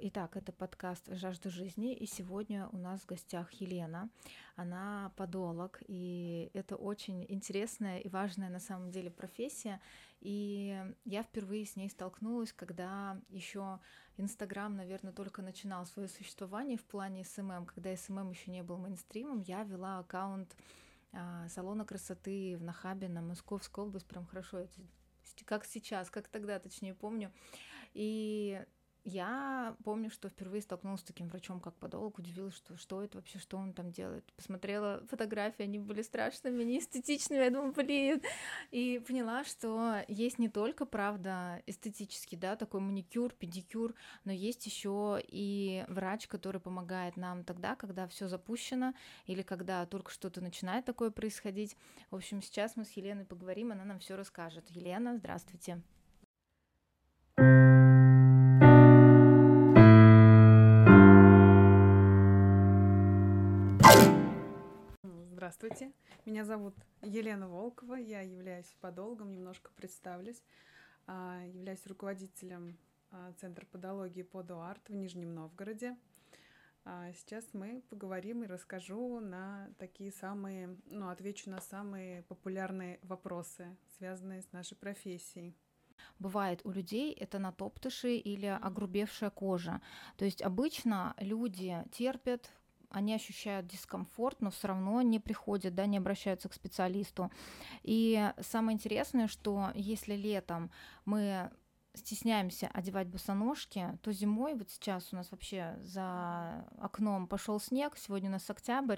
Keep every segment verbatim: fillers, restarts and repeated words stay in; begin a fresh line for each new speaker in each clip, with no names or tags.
Итак, это подкаст «Жажда жизни», и сегодня у нас в гостях Елена. Она подолог, и это очень интересная и важная на самом деле профессия. И я впервые с ней столкнулась, когда еще Инстаграм, наверное, только начинал свое существование в плане эс эм эм. Когда эс эм эм еще не был мейнстримом, я вела аккаунт а, салона красоты в Нахабино, Московская область, прям хорошо, это как сейчас, как тогда, точнее, помню. И я помню, что впервые столкнулась с таким врачом, как подолог, удивилась, что, что это вообще, что он там делает. Посмотрела фотографии, они были страшными, неэстетичными, я думаю, блин. И поняла, что есть не только, правда, эстетический, да, такой маникюр, педикюр, но есть еще и врач, который помогает нам тогда, когда все запущено, или когда только что-то начинает такое происходить. В общем, сейчас мы с Еленой поговорим, она нам все расскажет. Елена, здравствуйте.
Здравствуйте, меня зовут Елена Волкова, я являюсь подологом, немножко представлюсь, являюсь руководителем Центра подологии ПодоАрт в Нижнем Новгороде. Сейчас мы поговорим и расскажу на такие самые, ну, отвечу на самые популярные вопросы, связанные с нашей профессией.
Бывает у людей это натоптыши или огрубевшая кожа. То есть обычно люди терпят, они ощущают дискомфорт, но все равно не приходят, да, не обращаются к специалисту. И самое интересное, что если летом мы стесняемся одевать босоножки, то зимой, вот сейчас у нас вообще за окном пошел снег, сегодня у нас октябрь,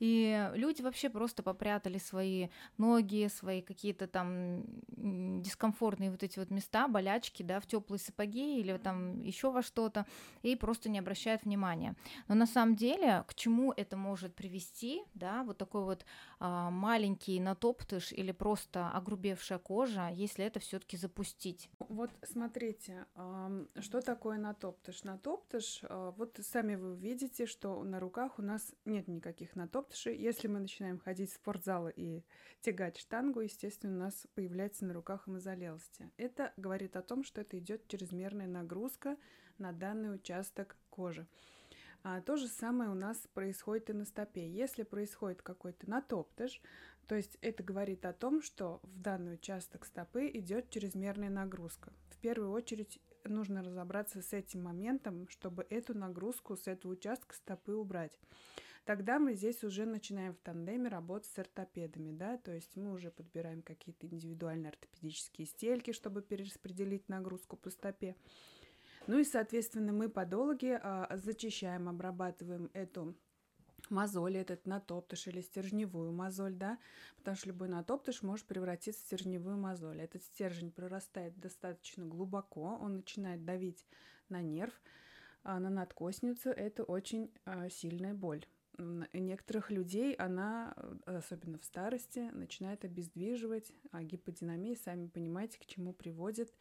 и люди вообще просто попрятали свои ноги, свои какие-то там дискомфортные вот эти вот места, болячки, да, в теплые сапоги или там еще во что-то, и просто не обращают внимания. Но на самом деле, к чему это может привести, да, вот такой вот а, маленький натоптыш или просто огрубевшая кожа, если это все-таки запустить?
Вот смотрите, что такое натоптыш? Натоптыш, вот сами вы видите, что на руках у нас нет никаких натоптышей. Если мы начинаем ходить в спортзал и тягать штангу, естественно, у нас появляется на руках эмозолелости. Это говорит о том, что это идет чрезмерная нагрузка на данный участок кожи. А то же самое у нас происходит и на стопе. Если происходит какой-то натоптыш, то есть это говорит о том, что в данный участок стопы идет чрезмерная нагрузка. В первую очередь нужно разобраться с этим моментом, чтобы эту нагрузку с этого участка стопы убрать. Тогда мы здесь уже начинаем в тандеме работать с ортопедами, да, то есть мы уже подбираем какие-то индивидуальные ортопедические стельки, чтобы перераспределить нагрузку по стопе. Ну и, соответственно, мы, подологи, зачищаем, обрабатываем эту мозоль, этот натоптыш или стержневую мозоль, да, потому что любой натоптыш может превратиться в стержневую мозоль. Этот стержень прорастает достаточно глубоко, он начинает давить на нерв, на надкостницу. Это очень сильная боль. У некоторых людей она, особенно в старости, начинает обездвиживать, а гиподинамия, сами понимаете, к чему приводит,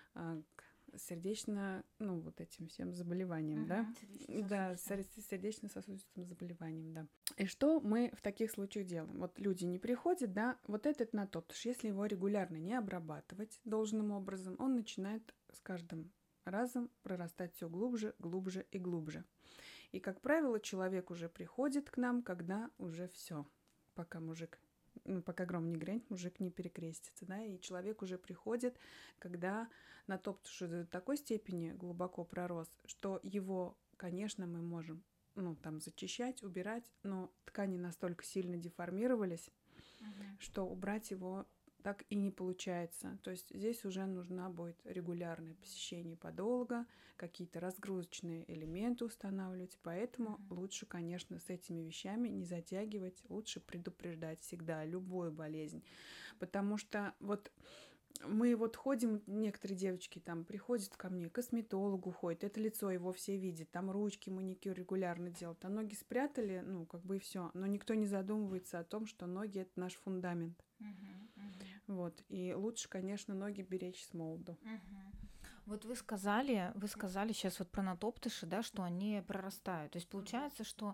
к сердечно, ну, вот этим всем заболеваниям, uh-huh, да? Да, сердечно-сосудистым заболеванием, да. И что мы в таких случаях делаем? Вот люди не приходят, да, вот этот натоптыш, если его регулярно не обрабатывать должным образом, он начинает с каждым разом прорастать все глубже, глубже и глубже. И, как правило, человек уже приходит к нам, когда уже все, пока мужик Ну, пока гром не грянет, мужик не перекрестится, да, и человек уже приходит, когда натоптыш до такой степени глубоко пророс, что его, конечно, мы можем, ну, там, зачищать, убирать, но ткани настолько сильно деформировались, uh-huh. что убрать его так и не получается. То есть здесь уже нужна будет регулярное посещение подолога, какие-то разгрузочные элементы устанавливать, поэтому uh-huh. лучше, конечно, с этими вещами не затягивать, лучше предупреждать всегда любую болезнь, потому что вот мы вот ходим, некоторые девочки там приходят ко мне, к косметологу ходят, это лицо его все видят, там ручки, маникюр регулярно делают, а ноги спрятали, ну, как бы и все, но никто не задумывается о том, что ноги — это наш фундамент. Uh-huh, uh-huh. Вот, и лучше, конечно, ноги беречь с молоду.
Uh-huh. Вот вы сказали, вы сказали сейчас вот про натоптыши, да, что они прорастают. То есть получается, что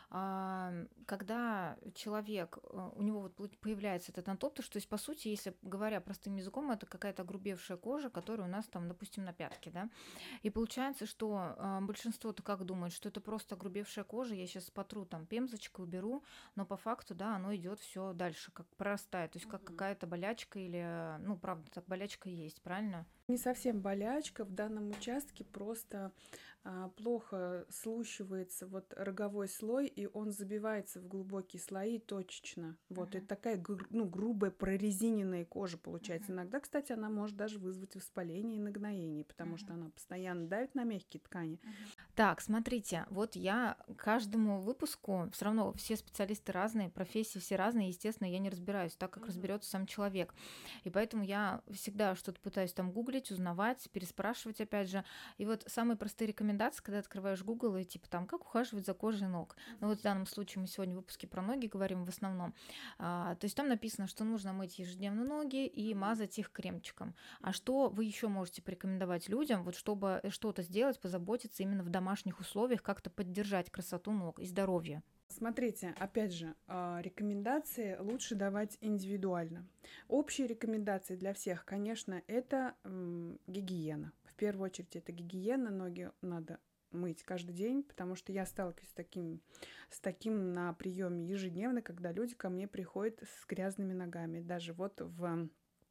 а, когда человек, э, у него вот пл- появляется этот анатоптош, то есть, по сути, если говоря простым языком, это какая-то огрубевшая кожа, которая у нас там, допустим, на пятке, да, и получается, что а, большинство-то как думает, что это просто огрубевшая кожа, я сейчас потру там пемзочкой, уберу, но по факту, да, оно идет все дальше, как прорастает, то есть как
Мгм.
какая-то болячка или, э, ну, правда, так болячка есть, правильно?
Не совсем болячка, в данном участке просто а, плохо слущивается вот роговой слой, и он забивается в глубокие слои точечно. Вот, это
Мгм.
такая гру- ну, грубая прорезиненная кожа получается.
Мгм.
Иногда, кстати, она может даже вызвать воспаление и нагноение, потому что
Мгм.
она постоянно давит на мягкие ткани.
Так, смотрите, вот я каждому выпуску, все равно все специалисты разные, профессии все разные, естественно, я не разбираюсь, так как
Мгм.
разберется сам человек. И поэтому я всегда что-то пытаюсь там гуглить, узнавать, переспрашивать опять же. И вот самые простые рекомендации, когда открываешь Google и типа там, как ухаживать за кожей ног. Ну вот в данном случае мы сегодня в выпуске про ноги говорим в основном. А, то есть там написано, что нужно мыть ежедневно ноги и
Мгм.
мазать их кремчиком. А что вы еще можете порекомендовать людям, вот чтобы э, что-то сделать, позаботиться именно в домашних условиях, как-то поддержать красоту ног и здоровье?
Смотрите, опять же, а, рекомендации лучше давать индивидуально. Общие рекомендации для всех, конечно, это м, гигиена. В первую очередь это гигиена, ноги надо мыть каждый день, потому что я сталкиваюсь с таким, с таким на приеме ежедневно, когда люди ко мне приходят с грязными ногами. Даже вот в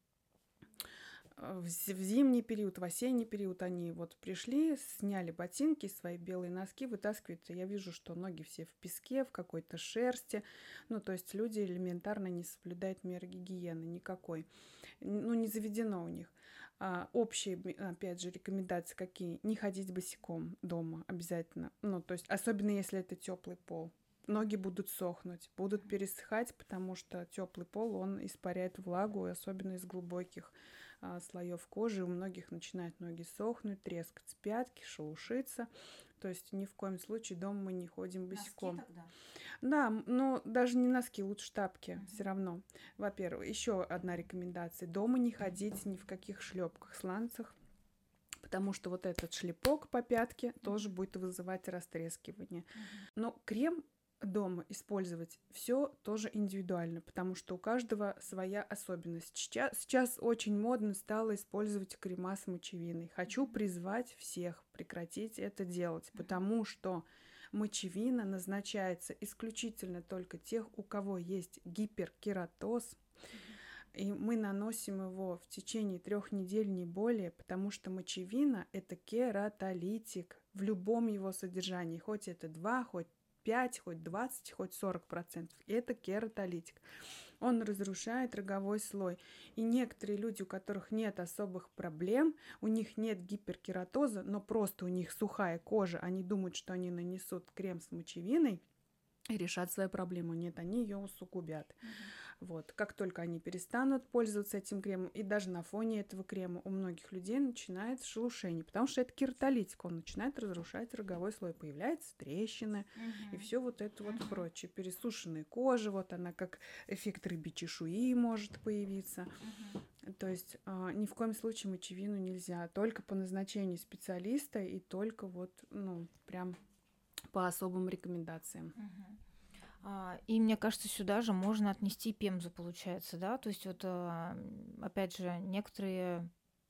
э, в зи- в зимний период, в осенний период они вот пришли, сняли ботинки, свои белые носки, вытаскивают. И я вижу, что ноги все в песке, в какой-то шерсти. Ну, то есть люди элементарно не соблюдают меры гигиены никакой. Н- Ну, не заведено у них. А, общие, м, опять же, рекомендации какие? Не ходить босиком дома обязательно. Ну, то есть, особенно если это теплый пол. Ноги будут сохнуть, будут пересыхать, потому что теплый пол, он испаряет влагу, и особенно из глубоких а, слоев кожи. У многих начинают ноги сохнуть, трескаться пятки, шелушиться. То есть ни в коем случае дома мы не ходим
Носки
босиком.
тогда?
Да, м, но даже не носки, лучше тапки все
Мгм.
равно. Во-первых, еще одна рекомендация. Дома не ходить ни в каких шлепках, сланцах, потому что вот этот шлепок по пятке тоже
Мгм.
будет вызывать растрескивание.
Мгм.
Но крем дома использовать все тоже индивидуально, потому что у каждого своя особенность. Сейчас, сейчас очень модно стало использовать крема с мочевиной. Хочу
Мгм.
призвать всех прекратить это делать,
Мгм.
потому что мочевина назначается исключительно только тех, у кого есть гиперкератоз,
Мгм.
и мы наносим его в течение трех недель, не более, потому что мочевина – это кератолитик в любом его содержании, хоть это два, хоть пять, хоть двадцать, хоть сорок процентов. Это кератолитик. Он разрушает роговой слой. И некоторые люди, у которых нет особых проблем, у них нет гиперкератоза, но просто у них сухая кожа, они думают, что они нанесут крем с мочевиной и решат свою проблему. Нет, они ее усугубят.
Мгм.
Вот. Как только они перестанут пользоваться этим кремом, и даже на фоне этого крема у многих людей начинается шелушение, потому что это кератолитик, он начинает разрушать роговой слой, появляются трещины и
Мгм.
все вот это вот
Мгм.
прочее. Пересушенная кожа, вот она как эффект рыбьей чешуи может появиться.
Мгм.
То есть а, ни в коем случае мочевину нельзя, только по назначению специалиста и только вот, ну, прям по особым рекомендациям.
Мгм. А, и мне кажется, сюда же можно отнести пемзу, получается, да? То есть вот, а, м, опять же, некоторые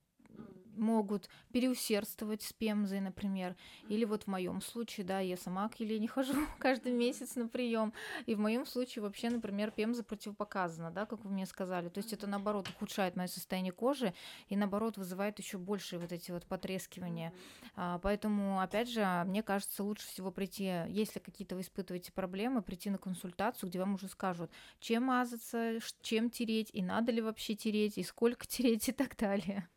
могут переусердствовать с пемзой, например. Или вот в моем случае, да, я сама к Елене хожу каждый месяц на прием. И в моем случае вообще, например, пемза противопоказана, да, как вы мне сказали. То есть это, наоборот, ухудшает мое состояние кожи и, наоборот, вызывает еще большие вот эти вот потрескивания. А, поэтому, опять же, мне кажется, лучше всего прийти, если какие-то вы испытываете проблемы, прийти на консультацию, где вам уже скажут, чем мазаться, ш- чем тереть, и надо ли вообще тереть, и сколько тереть, и так далее.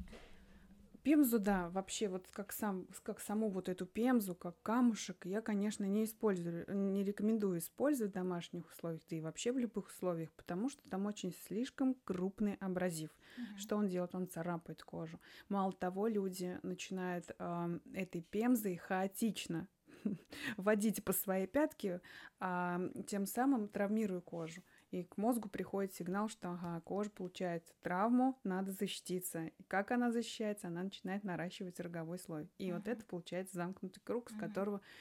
Пемзу, да, вообще вот как, сам, как саму вот эту пемзу, как камушек, я, конечно, не использую, не рекомендую использовать в домашних условиях, да и вообще в любых условиях, потому что там очень слишком крупный абразив.
Мгм.
Что он делает? Он царапает кожу. Мало того, люди начинают ам, этой пемзой хаотично водить по своей пятке, а, тем самым травмируя кожу. И к мозгу приходит сигнал, что ага, кожа получает травму, надо защититься. И как она защищается? Она начинает наращивать роговой слой. И вот
Мгм.
это получается замкнутый круг, с
Мгм.
которого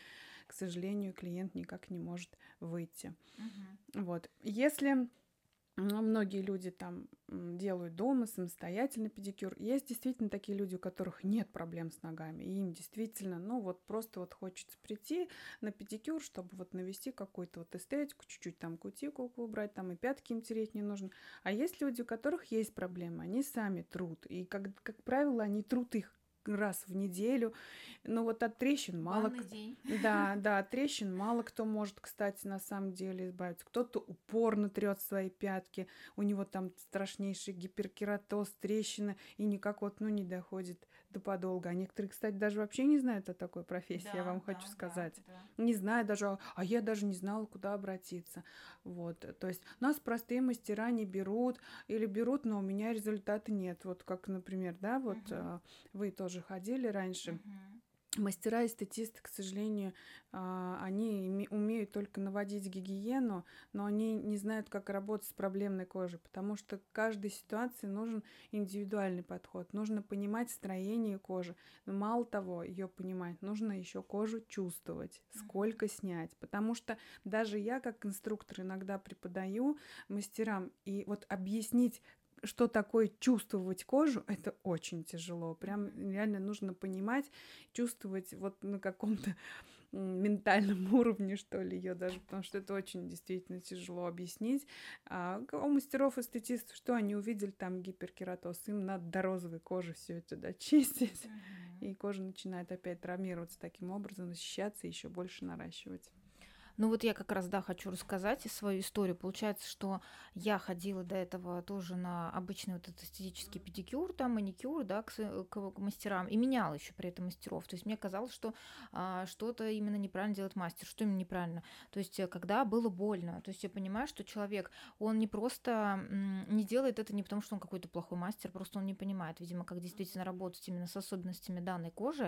к сожалению, клиент никак не может выйти.
Мгм.
Вот. Если ну, многие люди там м, делают дома самостоятельно педикюр. Есть действительно такие люди, у которых нет проблем с ногами. И им действительно, ну вот просто вот хочется прийти на педикюр, чтобы вот навести какую-то вот эстетику, чуть-чуть там кутикулку убрать, там и пятки им тереть не нужно. А есть люди, у которых есть проблемы, они сами трут. И, как, как правило, они трут их раз в неделю. Но вот от трещин мало...
Банный
к-
день.
Да, да, от трещин мало кто может, кстати, на самом деле избавиться. Кто-то упорно трет свои пятки, у него там страшнейший гиперкератоз, трещины, и никак вот, ну, не доходит до подолга. А некоторые, кстати, даже вообще не знают о такой профессии, я
Да,
вам хочу
да, да,
сказать.
да.
Не знаю даже, а а я даже не знала, куда обратиться. Вот, то есть нас простые мастера не берут, или берут, но у меня результата нет. Вот как, например, да, вот
Мгм.
а, вы тоже ходили раньше.
Мгм.
Мастера эстетисты, к сожалению, а, они име- умеют только наводить гигиену, но они не знают, как работать с проблемной кожей, потому что к каждой ситуации нужен индивидуальный подход. Нужно понимать строение кожи. Но мало того, ее понимать, нужно еще кожу чувствовать,
Мгм.
сколько снять. Потому что даже я, как инструктор, иногда преподаю мастерам, и вот объяснить, что такое чувствовать кожу, это очень тяжело. Прям
Мгм.
реально нужно понимать, чувствовать вот на каком-то м, ментальном уровне, что ли, ее даже, потому что это очень действительно тяжело объяснить. А г- у мастеров эстетистов, что они увидели там гиперкератоз, им надо до розовой кожи все это дочистить,
Мгм.
и кожа начинает опять травмироваться таким образом, защищаться и еще больше наращивать.
Ну вот я как раз, да, хочу рассказать свою историю. Получается, что я ходила до этого тоже на обычный вот этот эстетический педикюр, там маникюр, да, к, с- к- к мастерам, и меняла еще при этом мастеров. То есть мне казалось, что а, что-то именно неправильно делает мастер, что именно неправильно. То есть э, когда было больно, то есть я понимаю, что человек, он не просто м, не делает это не потому, что он какой-то плохой мастер, просто он не понимает, видимо, как действительно работать именно с особенностями данной кожи,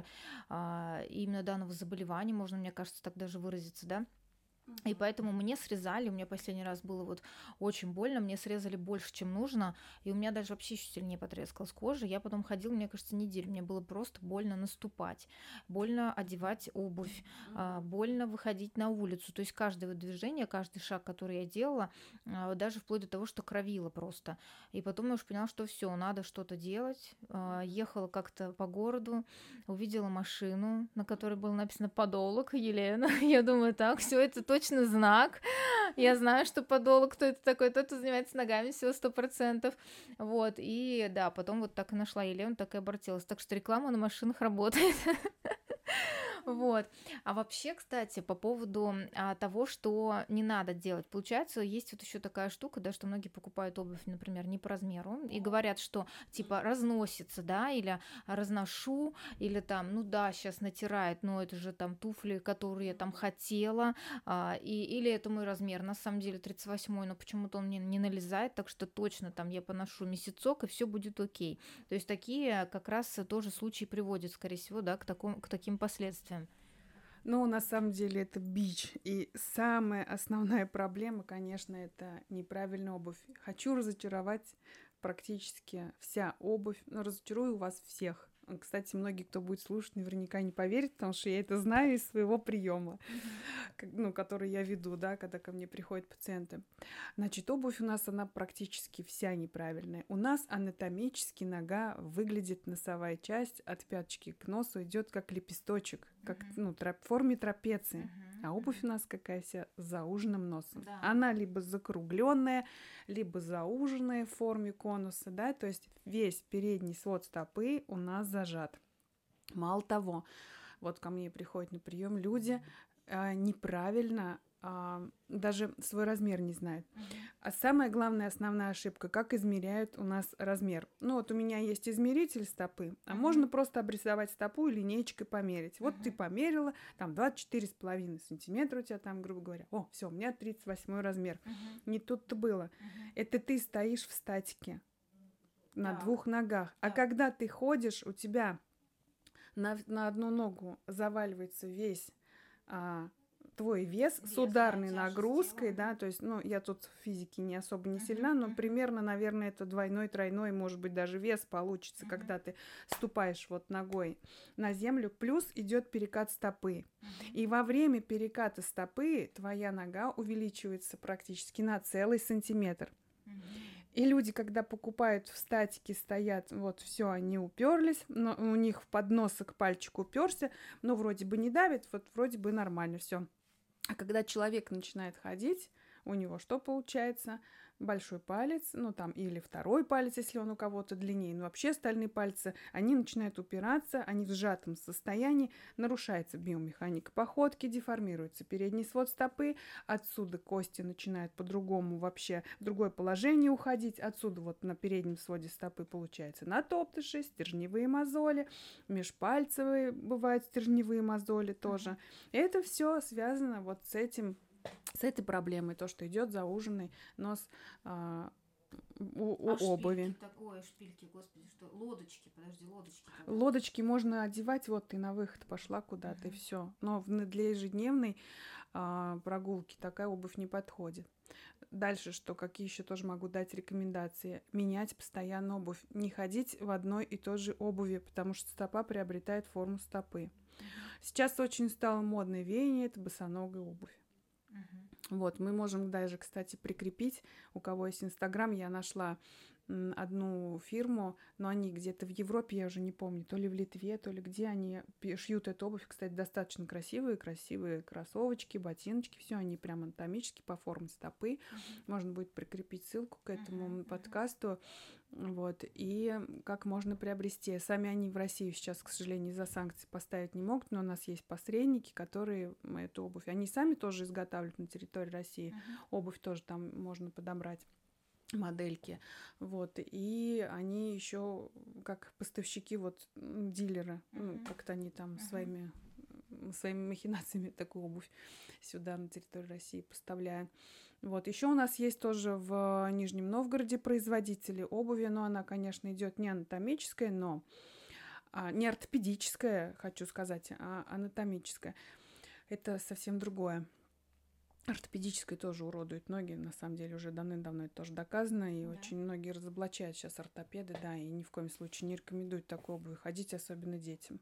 а, и именно данного заболевания, можно, мне кажется, так даже выразиться, да. И поэтому мне срезали, у меня последний раз было вот очень больно, мне срезали больше, чем нужно, и у меня даже вообще еще сильнее потрескалась кожа. Я потом ходила, мне кажется, неделю, мне было просто больно наступать, больно одевать обувь, а, больно выходить на улицу. То есть каждое вот движение, каждый шаг, который я делала, а, даже вплоть до того, что кровило просто. И потом я уже поняла, что все, надо что-то делать. А, Ехала как-то по городу, увидела машину, на которой было написано «Подолог Елена». Я думаю, так, все это точно знак. Я знаю, что подолог, кто это такой, тот, кто занимается ногами, всего сто процентов. Вот, и да, потом вот так и нашла Елену, так и обратилась. Так что реклама на машинах работает. Вот. А вообще, кстати, по поводу а, того, что не надо делать. Получается, есть вот еще такая штука, да, что многие покупают обувь, например, не по размеру, и говорят, что типа разносится, да, или разношу, или там, ну да, сейчас натирает, но это же там туфли, которые я там хотела, а, и, или это мой размер, на самом деле тридцать восьмой, но почему-то он мне не налезает, так что точно там я поношу месяцок, и все будет окей. То есть такие как раз тоже случаи приводят, скорее всего, да, к, такому, к таким последствиям.
Ну, на самом деле это бич. И самая основная проблема, конечно, это неправильная обувь. Хочу разочаровать практически вся обувь. Но разочарую вас всех. А, Кстати, многие, кто будет слушать, наверняка не поверят, потому что я это знаю из своего приема,
Мгм.
ну, который я веду, да, когда ко мне приходят пациенты. Значит, обувь у нас, она практически вся неправильная. У нас анатомически нога выглядит, носовая часть от пяточки к носу идет как лепесточек, как,
Мгм.
ну, тра- в форме трапеции.
Мгм.
А обувь у
Мгм.
нас какая вся с зауженным носом.
Да.
Она либо закругленная, либо зауженная в форме конуса, да, то есть весь передний свод стопы у нас зажат. Мало того, вот ко мне приходят на прием люди а, неправильно, а, даже свой размер не знают.
Мгм.
А самая главная, основная ошибка, как измеряют у нас размер. Ну вот у меня есть измеритель стопы, а можно
Мгм.
просто обрисовать стопу и линейкой померить. Вот ты
Мгм.
померила, там двадцать четыре с половиной сантиметра у тебя там, грубо говоря. О, все, у меня тридцать восьмой размер.
Мгм.
Не тут-то было.
Мгм.
Это ты стоишь в статике на
Так,
двух ногах. А
так.
когда ты ходишь, у тебя на, на одну ногу заваливается весь а, твой вес
Вес,
с
да,
ударной
тяжесть
нагрузкой,
тела.
да,
Мгм.
то есть, ну, я тут в физике не особо не
Мгм.
сильна, но
Мгм.
примерно, наверное, это двойной, тройной, может быть, даже вес получится,
Мгм.
когда ты ступаешь вот ногой на землю, плюс идет перекат стопы.
Мгм.
И во время переката стопы твоя нога увеличивается практически на целый сантиметр.
Мгм.
И люди, когда покупают в статике, стоят, вот все, они уперлись, но у них в подносок пальчик уперся, но вроде бы не давит, вот вроде бы нормально все. А когда человек начинает ходить, у него что получается? Большой палец, ну там, или второй палец, если он у кого-то длиннее, но вообще остальные пальцы, они начинают упираться, они в сжатом состоянии, нарушается биомеханика походки, деформируется передний свод стопы, отсюда кости начинают по-другому вообще в другое положение уходить, отсюда вот на переднем своде стопы получается натоптыши, стержневые мозоли, межпальцевые бывают стержневые мозоли тоже.
Мгм.
Это все связано вот с этим, с этой проблемой, то, что идет зауженный нос а, у, у
А шпильки
обуви.
такое, шпильки, господи, что лодочки, подожди, лодочки тогда.
Лодочки можно одевать, вот ты на выход пошла куда-то, и
Мгм.
все. Но в- для ежедневной а, прогулки такая обувь не подходит. Дальше что, какие еще тоже могу дать рекомендации? Менять постоянно обувь. Не ходить в одной и той же обуви, потому что стопа приобретает форму стопы.
Мгм.
Сейчас очень стало модное веяние, это босоногая обувь.
Мгм.
Вот, мы можем даже, кстати, прикрепить, у кого есть Инстаграм, я нашла м, одну фирму, но они где-то в Европе, я уже не помню, то ли в Литве, то ли где они пи- шьют эту обувь, кстати, достаточно красивые, красивые кроссовочки, ботиночки, все они прям анатомически по форме стопы.
Мгм.
Можно будет прикрепить ссылку к
Мгм.
этому
Мгм.
подкасту, вот, и как можно приобрести. Сами они в Россию сейчас, к сожалению, из-за санкций поставить не могут, но у нас есть посредники, которые м, эту обувь, они сами тоже изготавливают на территории России,
Мгм.
обувь тоже там можно подобрать, модельки, вот, и они еще как поставщики, вот, м, дилеры, ну,
Мгм.
как-то они там
Мгм.
своими м, своими махинациями такую обувь сюда на территорию России поставляют. Вот. Еще у нас есть тоже в Нижнем Новгороде производители обуви, но она, конечно, идет не анатомическая, но а, не ортопедическая, хочу сказать, а анатомическая. Это совсем другое. Ортопедической тоже уродует ноги, на самом деле уже давным-давно это тоже доказано, и
Да.
очень многие разоблачают сейчас ортопеды, да, и ни в коем случае не рекомендуют такой обувь ходить, особенно детям.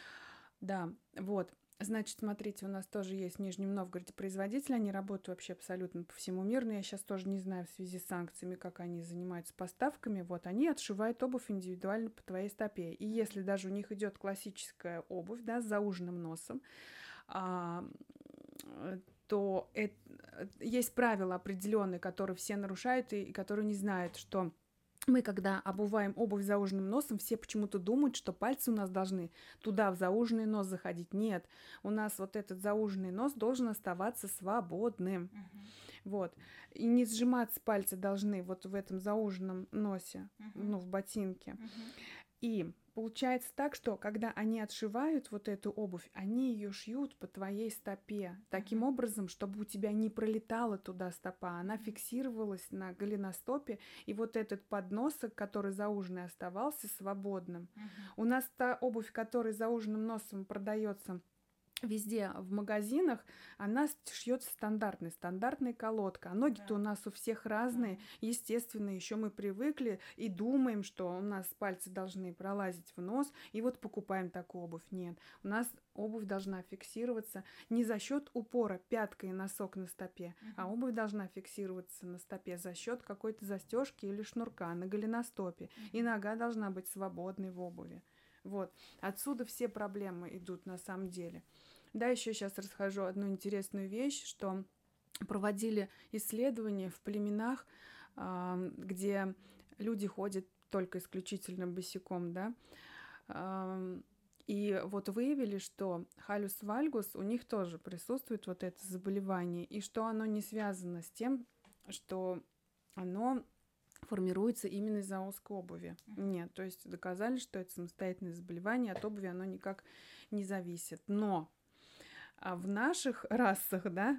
Да, вот. Значит, смотрите, у нас тоже есть в Нижнем Новгороде производители, они работают вообще абсолютно по всему миру, но я сейчас тоже не знаю в связи с санкциями, как они занимаются поставками, вот, они отшивают обувь индивидуально по твоей стопе, и если даже у них идет классическая обувь, да, с зауженным носом, а, э, то эт- э, есть правила определенные, которые все нарушают и, и которые не знают, что мы, когда обуваем обувь с зауженным носом, все почему-то думают, что пальцы у нас должны туда, в зауженный нос заходить. Нет, у нас вот этот зауженный нос должен оставаться свободным.
Мгм.
Вот. И не сжиматься пальцы должны вот в этом зауженном носе,
Мгм.
ну, в ботинке.
Мгм.
И получается так, что когда они отшивают вот эту обувь, они ее шьют по твоей стопе. Таким
Мгм.
образом, чтобы у тебя не пролетала туда стопа, она
Мгм.
фиксировалась на голеностопе, и вот этот подносок, который зауженный, оставался свободным.
Мгм.
У нас та обувь, которая зауженным носом продается везде в магазинах, она шьется стандартной, стандартная колодка. А ноги-то у
Да.
нас у всех
Да.
разные. Естественно, еще мы привыкли и думаем, что у нас пальцы должны пролазить в нос, и вот покупаем такую обувь. Нет, у нас обувь должна фиксироваться не за счет упора пяткой и носок на стопе, а
Мгм.
обувь должна фиксироваться на стопе за счет какой-то застежки или шнурка на голеностопе. И
Мгм.
нога должна быть свободной в обуви. Вот. Отсюда все проблемы идут на самом деле. Да, еще сейчас расскажу одну интересную вещь, что проводили исследования в племенах, а, где люди ходят только исключительно босиком, да, а, и вот выявили, что халюс вальгус у них тоже присутствует вот это заболевание, и что оно не связано с тем, что оно формируется именно из-за узкой обуви.
Мгм.
Нет, то есть доказали, что это самостоятельное заболевание, от обуви оно никак не зависит. Но А в наших расах, да,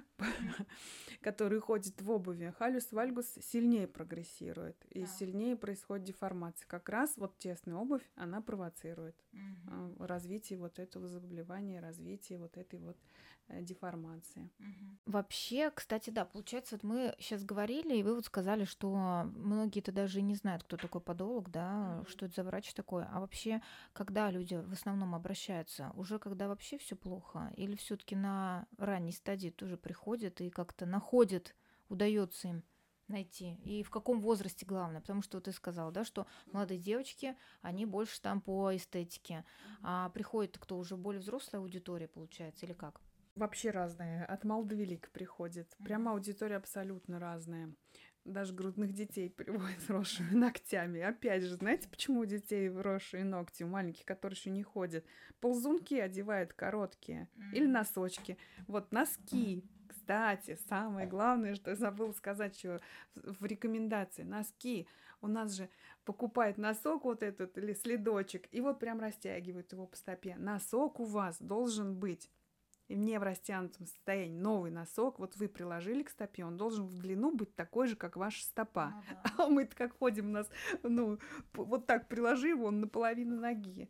которые ходят в обуви, халюс вальгус сильнее прогрессирует, и
Да.
сильнее происходит деформация. Как раз вот тесная обувь, она провоцирует
Мгм.
э, развитие вот этого заболевания, развитие вот этой вот э, деформации.
Мгм. Вообще, кстати, да, получается, вот мы сейчас говорили, и вы вот сказали, что многие-то даже и не знают, кто такой подолог, да,
Мгм.
что это за врач такой. А вообще, когда люди в основном обращаются? Уже когда вообще все плохо? Или все-таки на ранней стадии тоже приходят и как-то находят, удается им найти? И в каком возрасте главное? Потому что вот ты сказал, да, что молодые девочки, они больше там по эстетике. А приходит кто уже более взрослая аудитория, получается, или как?
Вообще разные, от мал до велик приходит. Прямо
Мгм.
аудитория абсолютно разная. Даже грудных детей приводят с росшими ногтями. Опять же, знаете, почему у детей вросшие ногти, у маленьких, которые еще не ходят? Ползунки одевают короткие или
М.
носочки. Вот носки, кстати, самое главное, что я забыла сказать еще в в рекомендации. Носки. У нас же покупает носок вот этот или следочек, и вот прям растягивают его по стопе. Носок у вас должен быть и не в растянутом состоянии. Новый носок, вот вы приложили к стопе, он должен в длину быть такой же, как ваша стопа.
Ну да.
А мы-то как ходим, у нас, ну, п- вот так приложи его, он наполовину ноги.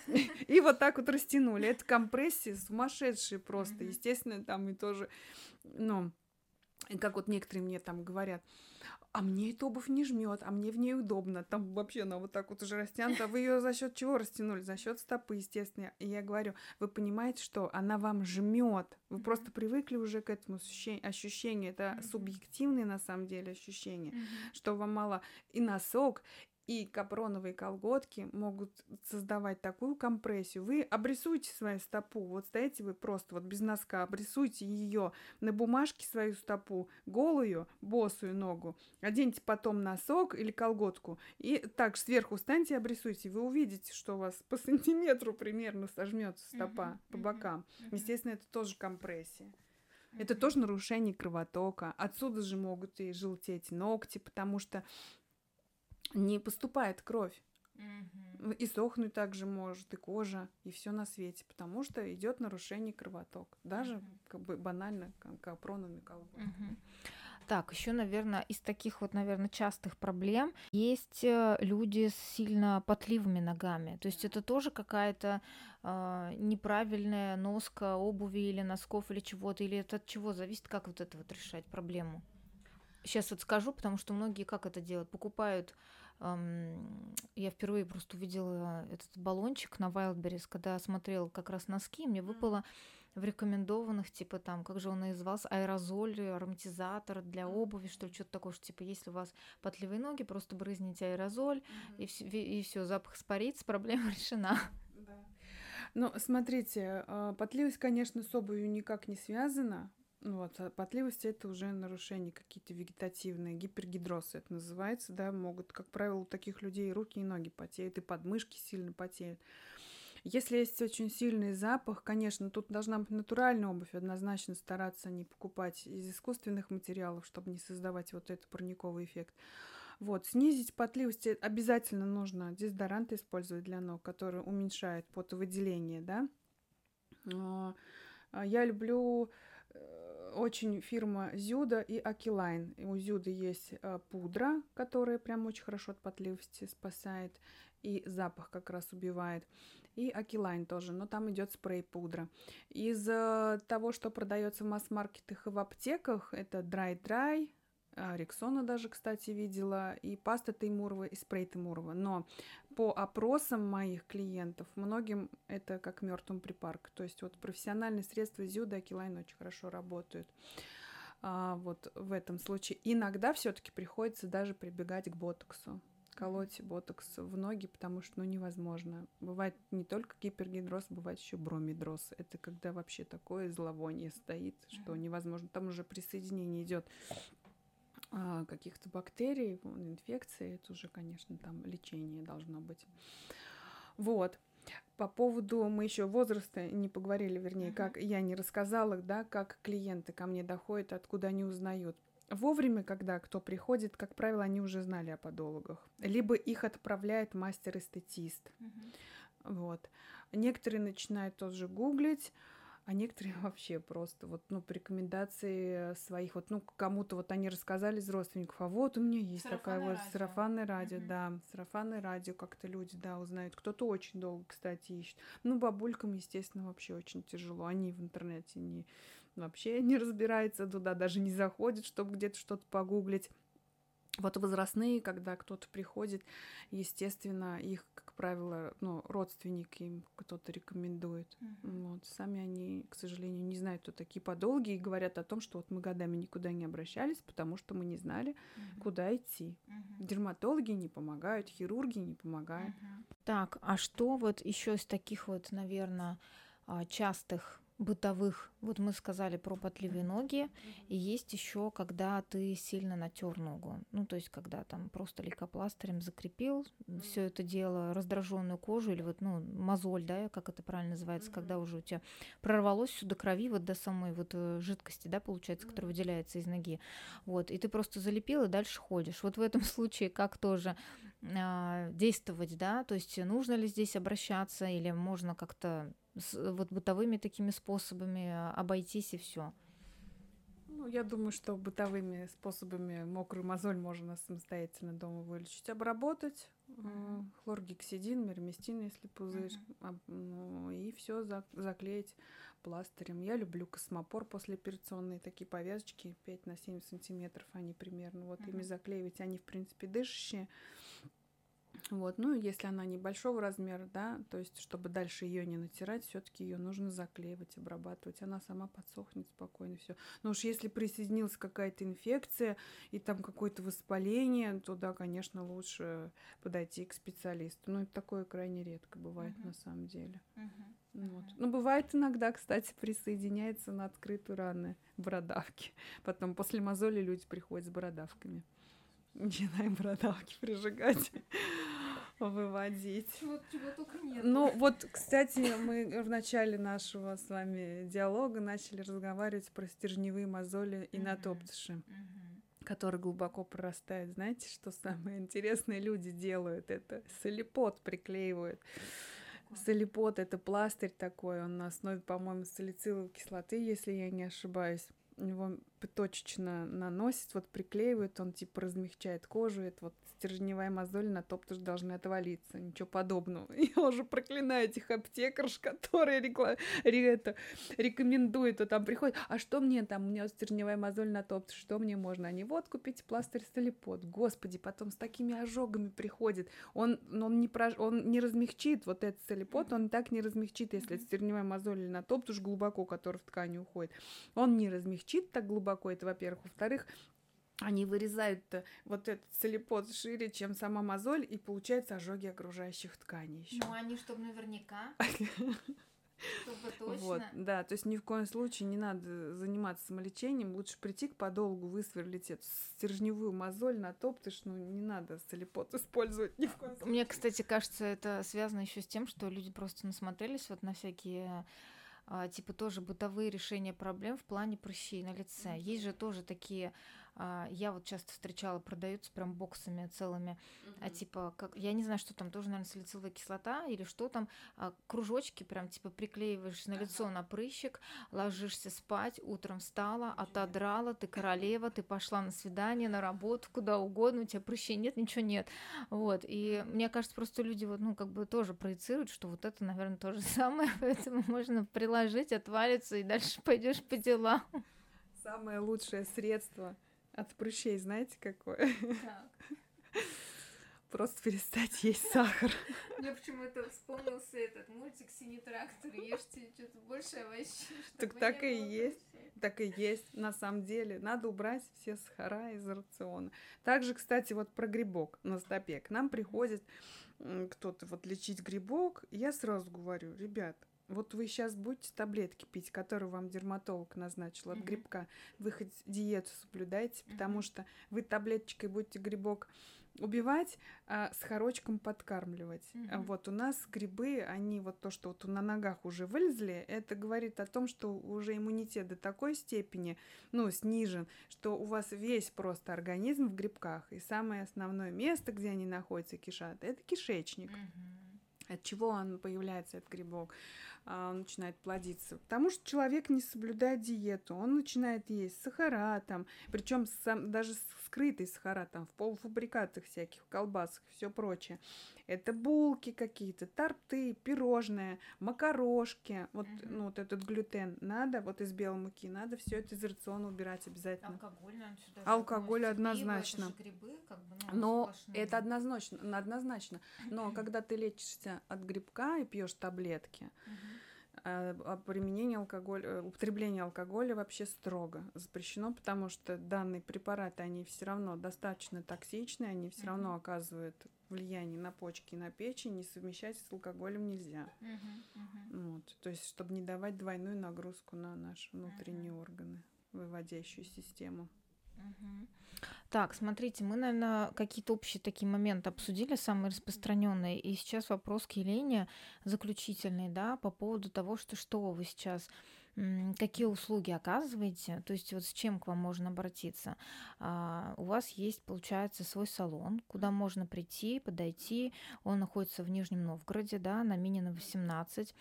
И вот так вот растянули. Это компрессии сумасшедшие просто.
Мгм.
Естественно, там и тоже, ну, и как вот некоторые мне там говорят, а мне эта обувь не жмет, а мне в ней удобно. Там вообще она вот так вот уже растянута. А вы ее за счет чего растянули? За счет стопы, естественно. И я говорю, вы понимаете, что она вам жмет. Вы
Мгм.
просто привыкли уже к этому ощущению. ощущению. Это
Мгм.
субъективные на самом деле ощущения,
Мгм.
что вам мало и носок, и капроновые колготки могут создавать такую компрессию. Вы обрисуйте свою стопу. Вот стоите вы просто вот без носка, обрисуйте ее на бумажке свою стопу, голую, босую ногу. Оденьте потом носок или колготку и так сверху встаньте и обрисуйте. Вы увидите, что у вас по сантиметру примерно сожмется стопа
Мгм.
по
Мгм.
бокам.
Мгм.
Естественно, это тоже компрессия. Это
Мгм.
тоже нарушение кровотока. Отсюда же могут и желтеть ногти, потому что не поступает кровь.
Мгм.
И сохнуть также может, и кожа, и все на свете, потому что идет нарушение кровотока. Даже
Мгм.
как бы банально ка- капроновыми колготками.
Мгм. Так, еще, наверное, из таких вот, наверное, частых проблем есть э, люди с сильно потливыми ногами. То есть это тоже какая-то а, неправильная носка обуви или носков или чего-то, или это от чего зависит, как вот это вот решать проблему? Сейчас вот скажу, потому что многие как это делают? Покупают, ам, я впервые просто увидела этот баллончик на Wildberries, когда смотрела как раз носки, мне выпало в рекомендованных, типа там, как же он назывался, аэрозоль, ароматизатор для обуви, что ли, что-то такое, что типа если у вас потливые ноги, просто брызните аэрозоль, и все, и все, запах испарится, проблема решена.
Да. Ну, смотрите, а, потливость, конечно, с обувью никак не связана. Ну вот, а потливость это уже нарушения какие-то вегетативные, гипергидроз это называется, да, могут, как правило, у таких людей руки и ноги потеют, и подмышки сильно потеют. Если есть очень сильный запах, конечно, тут должна быть натуральная обувь, однозначно стараться не покупать из искусственных материалов, чтобы не создавать вот этот парниковый эффект. Вот, снизить потливость э, обязательно нужно дезодорант использовать для ног, который уменьшает потовыделение, да. А, а, Я люблю э, очень фирма Зюда и Акилайн. И у Зюда есть э, пудра, которая прям очень хорошо от потливости спасает, и запах как раз убивает. И Акилайн тоже, но там идет спрей-пудра. Из э, того, что продается в масс-маркетах и в аптеках, это Dry Dry, а, Рексона даже, кстати, видела, и паста Теймурова, и спрей Теймурова. Но по опросам моих клиентов, многим это как мертвым припарка. То есть вот профессиональные средства Зюда и Акилайн очень хорошо работают. А, вот в этом случае иногда все-таки приходится даже прибегать к ботоксу, колоть ботокс в ноги, потому что ну невозможно. Бывает не только гипергидроз, бывает еще бромидроз. Это когда вообще такое зловоние стоит, что невозможно. Там уже присоединение идет а, каких-то бактерий, инфекции. Это уже, конечно, там лечение должно быть. Вот. По поводу, мы еще возраста не поговорили, вернее,
Мгм.
как я не рассказала, да, как клиенты ко мне доходят, откуда они узнают. Вовремя, когда кто приходит, как правило, они уже знали о подологах. Либо их отправляет мастер-эстетист.
Мгм.
Вот. Некоторые начинают тоже гуглить, А некоторые вообще просто вот, ну, по рекомендации своих, вот, ну, кому-то вот они рассказали из родственников, а вот у меня есть такая
Сарафанное
вот
радио.
сарафанное радио,
Мгм.
да, сарафанное радио, как-то люди, да, узнают. Кто-то очень долго, кстати, ищет. Ну, бабулькам, естественно, вообще очень тяжело. Они в интернете не, вообще не разбираются, туда даже не заходят, чтобы где-то что-то погуглить. Вот возрастные, когда кто-то приходит, естественно, их, как правило, ну, родственники им кто-то рекомендует.
Мгм.
Вот. Сами они, к сожалению, не знают, кто такие подологи, и говорят о том, что вот мы годами никуда не обращались, потому что мы не знали,
Мгм.
куда идти.
Мгм.
Дерматологи не помогают, хирурги не помогают.
Мгм. Так, а что вот еще из таких вот, наверное, частых бытовых, вот мы сказали про потливые ноги, и есть еще, когда ты сильно натер ногу, ну то есть когда там просто лейкопластырем закрепил все это дело, раздраженную кожу или вот ну мозоль, да, как это правильно называется, когда уже у тебя прорвалось все до крови, вот до самой вот э, жидкости, да, получается, которая выделяется из ноги, вот, и ты просто залепил и дальше ходишь. Вот в этом случае как тоже а, действовать, да, то есть нужно ли здесь обращаться или можно как-то с, вот бытовыми такими способами а, обойтись и все.
Ну, я думаю, что бытовыми способами мокрую мозоль можно самостоятельно дома вылечить, обработать. э, Хлоргексидин, мироместин, если пузырь, об- ну, и все заклеить пластырем. Я люблю космопор послеоперационные, такие повязочки пять на семь сантиметров они примерно. Вот ими заклеивать, они в принципе дышащие. Вот, ну, если она небольшого размера, да, то есть, чтобы дальше ее не натирать, все-таки ее нужно заклеивать, обрабатывать. Она сама подсохнет спокойно, все. Но уж если присоединилась какая-то инфекция и там какое-то воспаление, то да, конечно, лучше подойти к специалисту. Но это такое крайне редко бывает
Мгм.
на самом деле.
Мгм.
Вот. Ну, бывает иногда, кстати, присоединяется на открытую раны бородавки. Потом после мозоли люди приходят с бородавками. Начинаем бородавки прижигать, выводить.
Чего, чего только нет.
Ну, вот, кстати, мы в начале нашего с вами диалога начали разговаривать про стержневые мозоли и натоптыши, которые глубоко прорастают. Знаете, что самое интересное? Люди делают это. Солипот приклеивают. Солипот — это пластырь такой, он на основе, по-моему, салициловой кислоты, если я не ошибаюсь. Его точечно наносит, вот приклеивают, он типа размягчает кожу, это вот стержневая мозоль, натоптыш должны отвалиться, ничего подобного. Я уже проклинаю этих аптекарш, которые рекла... это, рекомендуют, а там приходят, а что мне там, у меня вот стержневая мозоль натоптыш, что мне можно? Они вот купить пластырь солипот. Господи, потом с такими ожогами приходит. Он, он, не, прож... он не размягчит вот этот солипот, он так не размягчит, если это стержневая мозоль или натоптыш глубоко, который в ткани уходит. Он не размягчит так глубоко, это во-первых. Во-вторых, они вырезают вот этот солипот шире, чем сама мозоль, и получаются ожоги окружающих тканей еще.
Ну, они, чтобы наверняка, чтобы точно.
Вот, да, то есть ни в коем случае не надо заниматься самолечением, лучше прийти к подолгу, высверлить эту стержневую мозоль, натоптыш, ну не надо солипот использовать ни в коем случае.
Мне, кстати, кажется, это связано еще с тем, что люди просто насмотрелись вот на всякие а, типа тоже бытовые решения проблем в плане прыщей на лице. Mm-hmm. Есть же тоже такие, а, я вот часто встречала, продаются прям боксами целыми, mm-hmm. а типа, как, я не знаю, что там, тоже, наверное, салициловая кислота или что там, а, кружочки прям типа приклеиваешь на лицо uh-huh. на прыщик, ложишься спать, утром встала, отодрала, ты королева, ты пошла на свидание, на работу, куда угодно, у тебя прыщей нет, ничего нет. Вот, и мне кажется, просто люди вот, ну, как бы тоже проецируют, что вот это, наверное, то же самое, поэтому можно приложить, отвалится, и дальше пойдешь по делам.
Самое лучшее средство от прыщей, знаете, какое?
Так.
Просто перестать есть сахар.
Мне почему-то вспомнился этот мультик «Синий трактор», ешьте что-то больше овощей.
Так так и есть, так и есть. На самом деле надо убрать все сахара из рациона. Также, кстати, вот про грибок на стопе. К нам приходит кто-то вот лечить грибок, я сразу говорю, ребят, вот вы сейчас будете таблетки пить, которые вам дерматолог назначил от mm-hmm. грибка, вы хоть диету соблюдайте, mm-hmm. потому что вы таблеточкой будете грибок убивать, а с хорочком подкармливать. Mm-hmm. Вот у нас грибы, они вот то, что вот на ногах уже вылезли, это говорит о том, что уже иммунитет до такой степени, ну, снижен, что у вас весь просто организм в грибках. И самое основное место, где они находятся, кишат, это кишечник. Mm-hmm. От чего он появляется, этот грибок? а, он начинает плодиться? Потому что человек не соблюдает диету, он начинает есть сахара там, причем сам, даже скрытые сахара там в полуфабрикатах всяких, в колбасах, все прочее. Это булки какие-то, торты, пирожные, макарошки, вот,
Мгм.
ну, вот этот глютен надо, вот из белой муки, надо все это из рациона убирать обязательно.
Алкоголь нам сюда же
Алкоголь
относится. Пиво, это
однозначно.
же грибы, как бы, ну,
Но
сплошные.
это однозначно, однозначно. Но когда ты лечишься от грибка и пьешь таблетки,
Мгм.
а, а применение алкоголя, употребление алкоголя вообще строго запрещено, потому что данные препараты, они все равно достаточно токсичны, они все
Мгм.
равно оказывают влияние на почки и на печень, и совмещать с алкоголем нельзя.
Мгм. Мгм.
Вот. То есть, чтобы не давать двойную нагрузку на наши внутренние
Мгм.
органы, выводящую систему.
Мгм. Так, смотрите, мы, наверное, какие-то общие такие моменты обсудили, самые распространенные. И сейчас вопрос к Елене заключительный, да, по поводу того, что что вы сейчас, м, какие услуги оказываете, то есть вот с чем к вам можно обратиться. А, у вас есть, получается, свой салон, куда можно прийти, подойти. Он находится в Нижнем Новгороде, да, на Минина восемнадцать.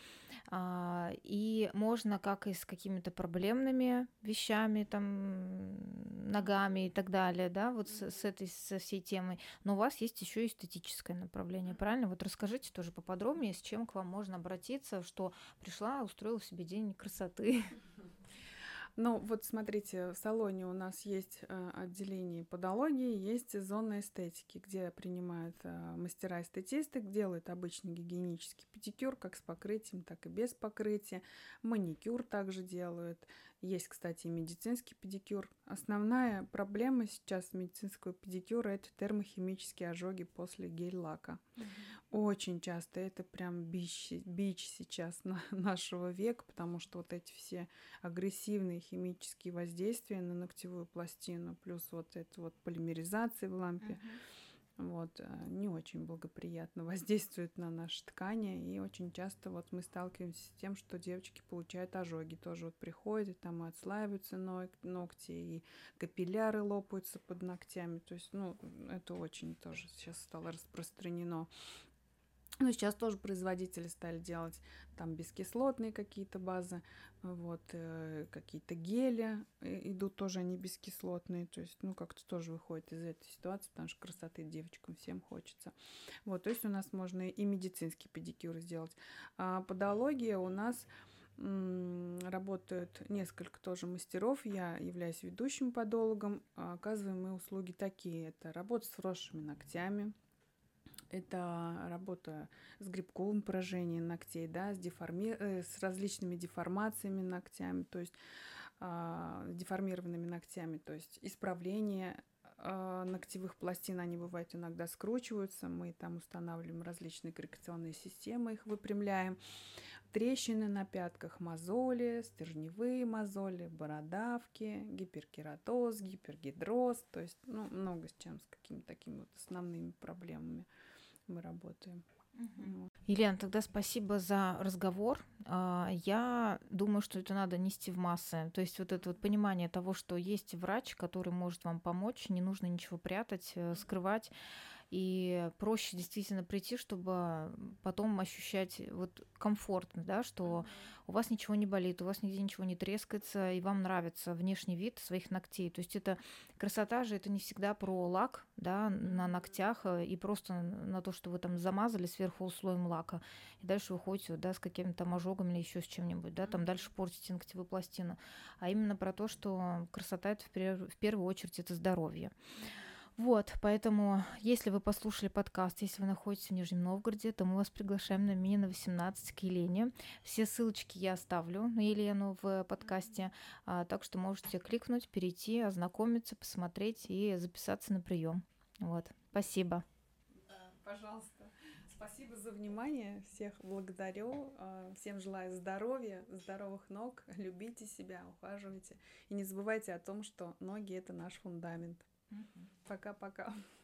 А, и можно как и с какими-то проблемными вещами, там, ногами и так далее, да, вот с, с этой, со всей темой. Но у вас есть еще и эстетическое направление, правильно? Вот расскажите тоже поподробнее, с чем к вам можно обратиться, что пришла, устроила себе день красоты.
Ну, вот смотрите, в салоне у нас есть э, отделение подологии, есть зона эстетики, где принимают э, мастера-эстетисты, делают обычный гигиенический педикюр, как с покрытием, так и без покрытия. Маникюр также делают. Есть, кстати, и медицинский педикюр. Основная проблема сейчас медицинского педикюра – это термохимические ожоги после гель-лака. Очень часто это прям бич, бич сейчас на нашего века, потому что вот эти все агрессивные химические воздействия на ногтевую пластину, плюс вот это вот полимеризация в лампе, вот, э, не очень благоприятно воздействует на наши ткани, и очень часто вот мы сталкиваемся с тем, что девочки получают ожоги, тоже вот приходят, там и отслаиваются ног- ногти, и капилляры лопаются под ногтями, то есть, ну, это очень тоже сейчас стало распространено. Ну, сейчас тоже производители стали делать там бескислотные какие-то базы, вот, э, какие-то гели э, идут тоже они бескислотные, то есть, ну, как-то тоже выходит из этой ситуации, потому что красоты девочкам всем хочется. Вот, то есть у нас можно и медицинский педикюр сделать. А подология у нас м, работают несколько тоже мастеров, я являюсь ведущим подологом, а оказываем мы услуги такие, это работа с вросшими ногтями, это работа с грибковым поражением ногтей, да, с, деформи... э, с различными деформациями ногтями, то есть а, деформированными ногтями, то есть исправление а, ногтевых пластин, они бывают иногда скручиваются, мы там устанавливаем различные коррекционные системы, их выпрямляем, трещины на пятках, мозоли, стержневые мозоли, бородавки, гиперкератоз, гипергидроз, то есть, ну, много с чем, с какими-то такими вот основными проблемами мы работаем. Вот.
Елена, тогда спасибо за разговор. А, Я думаю, что это надо нести в массы. То есть вот это вот понимание того, что есть врач, который может вам помочь, не нужно ничего прятать, э, скрывать. И проще действительно прийти, чтобы потом ощущать вот комфортно, да, что у вас ничего не болит, у вас нигде ничего не трескается, и вам нравится внешний вид своих ногтей. То есть это красота же, это не всегда про лак, да, на ногтях э, и просто на то, что вы там замазали сверху слоем лака, и дальше вы ходите, вот, да, с какими-то там ожогами или еще с чем-нибудь, да, там дальше портите ногтевую пластину. А именно про то, что красота это в, пер- в первую очередь это здоровье. Вот, поэтому, если вы послушали подкаст, если вы находитесь в Нижнем Новгороде, то мы вас приглашаем на Минина восемнадцать к Елене. Все ссылочки я оставлю на Елену в подкасте, а, так что можете кликнуть, перейти, ознакомиться, посмотреть и записаться на прием. Вот, спасибо.
Да, пожалуйста. Спасибо за внимание. Всех благодарю. а, Всем желаю здоровья, здоровых ног. Любите себя, ухаживайте. И не забывайте о том, что ноги – это наш фундамент. Пока-пока.